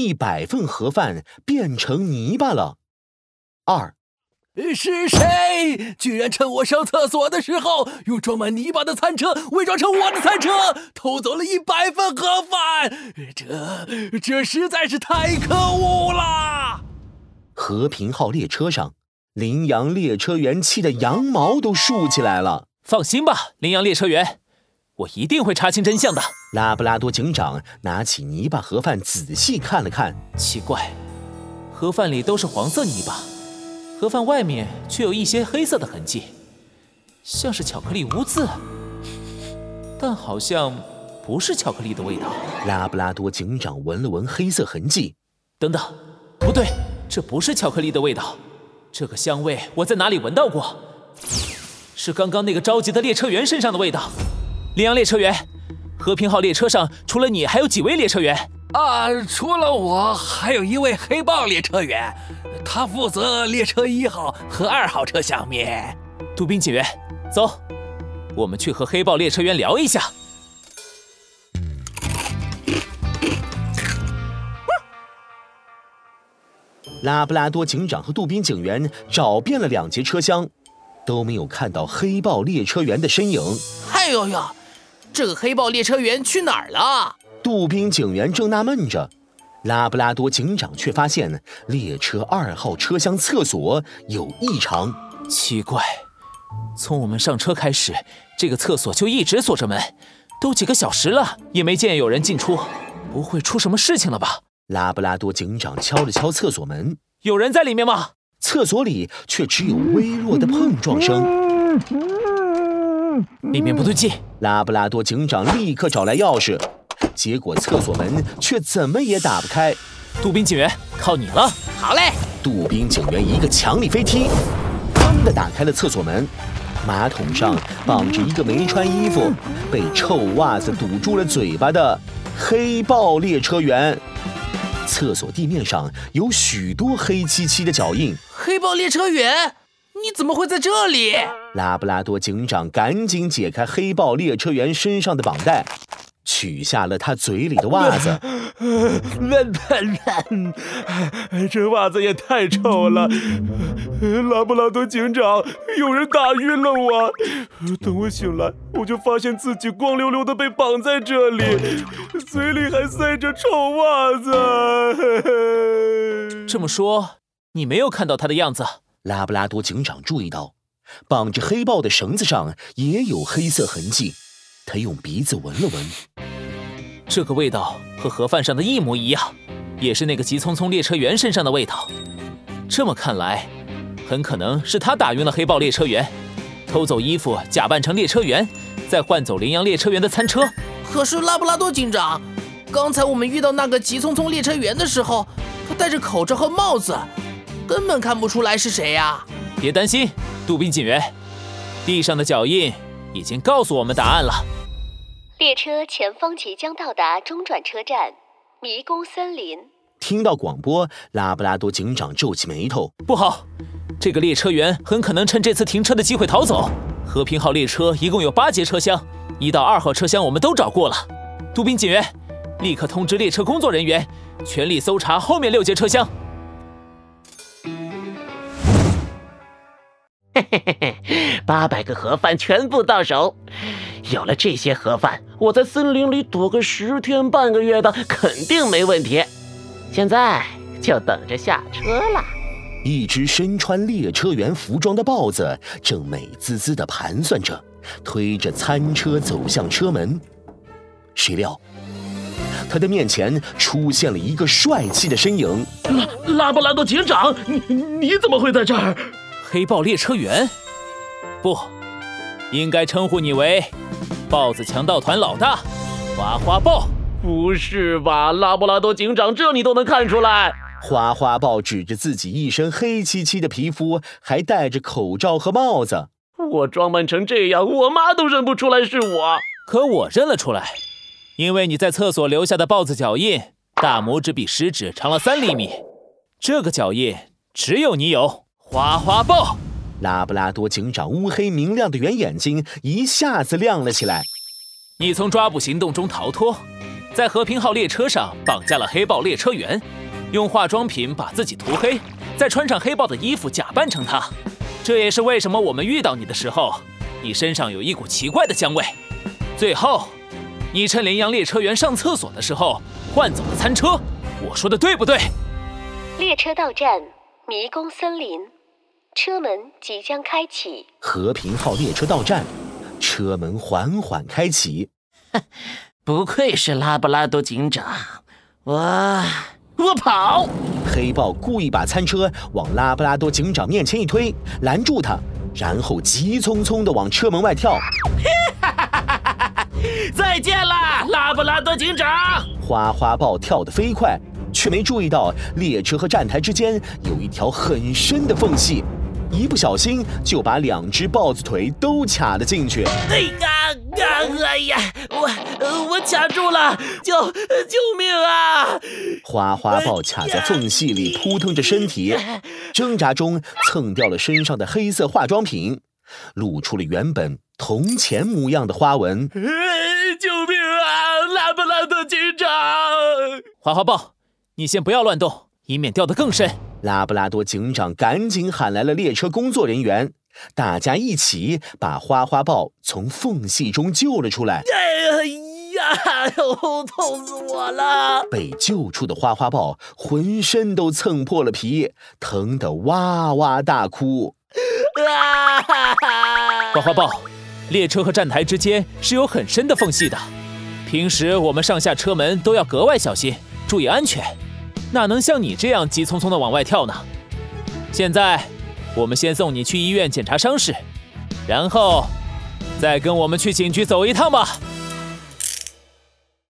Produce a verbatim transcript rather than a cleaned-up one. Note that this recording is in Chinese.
一百份盒饭变成泥巴了。二， 是谁居然趁我上厕所的时候，用装满泥巴的餐车伪装成我的餐车，偷走了一百份盒饭？这这实在是太可恶了！ 和平号列车上，羚羊列车员气得羊毛都竖起来了。 放心吧，羚羊列车员，我一定会查清真相的。 拉布拉多警长拿起泥巴盒饭仔细看了看， 奇怪，盒饭里都是黄色泥巴，盒饭外面却有一些黑色的痕迹，像是巧克力污渍，但好像不是巧克力的味道。 拉布拉多警长闻了闻黑色痕迹， 等等，不对，这不是巧克力的味道，这个香味我在哪里闻到过？是刚刚那个着急的列车员身上的味道。羚羊列车员，和平号列车上除了你还有几位列车员？ 啊，除了我还有一位黑豹列车员，他负责列车一号和二号车厢面。 杜宾警员，走，我们去和黑豹列车员聊一下。 拉布拉多警长和杜宾警员找遍了两节车厢，都没有看到黑豹列车员的身影。 哎呦呦，这个黑豹列车员去哪儿了？ 杜宾警员正纳闷着，拉布拉多警长却发现列车二号车厢厕所有异常。 奇怪，从我们上车开始，这个厕所就一直锁着门，都几个小时了，也没见有人进出，不会出什么事情了吧？ 拉布拉多警长敲了敲厕所门， 有人在里面吗？ 厕所里却只有微弱的碰撞声。 里面不对劲， 拉布拉多警长立刻找来钥匙，结果厕所门却怎么也打不开。 杜宾警员，靠你了。 好嘞！ 杜宾警员一个强力飞踢，砰地打开了厕所门。马桶上绑着一个没穿衣服、被臭袜子堵住了嘴巴的黑豹列车员。厕所地面上有许多黑漆漆的脚印。 黑豹列车员，你怎么会在这里？ 拉布拉多警长赶紧解开黑豹列车员身上的绑带，取下了他嘴里的袜子。 这袜子也太臭了！拉布拉多警长，有人打晕了我。等我醒来，我就发现自己光溜溜的被绑在这里，嘴里还塞着臭袜子。 这么说，你没有看到他的样子？ 拉布拉多警长注意到，绑着黑豹的绳子上也有黑色痕迹。他用鼻子闻了闻， 这个味道和盒饭上的一模一样，也是那个急匆匆列车员身上的味道。这么看来，很可能是他打晕了黑豹列车员，偷走衣服假扮成列车员，再换走羚羊列车员的餐车。 可是拉布拉多警长，刚才我们遇到那个急匆匆列车员的时候，他戴着口罩和帽子，根本看不出来是谁呀。 别担心，杜宾警员，地上的脚印已经告诉我们答案了。 列车前方即将到达中转车站迷宫森林。 听到广播，拉布拉多警长皱起眉头。 不好，这个列车员很可能趁这次停车的机会逃走。和平号列车一共有八节车厢，一到二号车厢我们都找过了。杜宾警员，立刻通知列车工作人员，全力搜查后面六节车厢。 嘿嘿嘿嘿，八百个盒饭全部到手。有了这些盒饭，我在森林里躲个十天半个月的肯定没问题。现在就等着下车了。 一只身穿列车员服装的豹子正美滋滋地盘算着，推着餐车走向车门。谁料，他的面前出现了一个帅气的身影。 拉拉布拉多警长，你你怎么会在这儿？ 黑豹列车员？不，应该称呼你为豹子强盗团老大花花豹。 不是吧，拉布拉多警长，这你都能看出来？ 花花豹指着自己一身黑漆漆的皮肤，还戴着口罩和帽子。 我装扮成这样，我妈都认不出来是我。 可我认了出来，因为你在厕所留下的豹子脚印，大拇指比食指长了三厘米。这个脚印只有你有。花花豹！ 拉布拉多警长乌黑明亮的圆眼睛一下子亮了起来。 你从抓捕行动中逃脱， 在和平号列车上绑架了黑豹列车员，用化妆品把自己涂黑，再穿上黑豹的衣服假扮成他。这也是为什么我们遇到你的时候，你身上有一股奇怪的香味。最后，你趁羚羊列车员上厕所的时候换走了餐车，我说的对不对？ 列车到站，迷宫森林，车门即将开启。 和平号列车到站，车门缓缓开启。 不愧是拉布拉多警长，我我跑！ 黑豹故意把餐车往拉布拉多警长面前一推，拦住他，然后急匆匆地往车门外跳。 再见啦，拉布拉多警长！ 花花豹跳得飞快，却没注意到列车和站台之间有一条很深的缝隙，一不小心就把两只豹子腿都卡了进去。 哎呀呀！哎呀，我我卡住了，救救命啊！ 花花豹卡在缝隙里扑腾着身体，挣扎中蹭掉了身上的黑色化妆品，露出了原本铜钱模样的花纹。 救命啊！拉布拉多警长！ 花花豹，你先不要乱动，以免掉得更深。 拉布拉多警长赶紧喊来了列车工作人员，大家一起把花花豹从缝隙中救了出来。 哎呀，痛死我了！ 被救出的花花豹浑身都蹭破了皮，疼得哇哇大哭。 啊！ 花花豹，列车和站台之间是有很深的缝隙的，平时我们上下车门都要格外小心，注意安全，哪能像你这样急匆匆地往外跳呢？现在我们先送你去医院检查伤势，然后再跟我们去警局走一趟吧。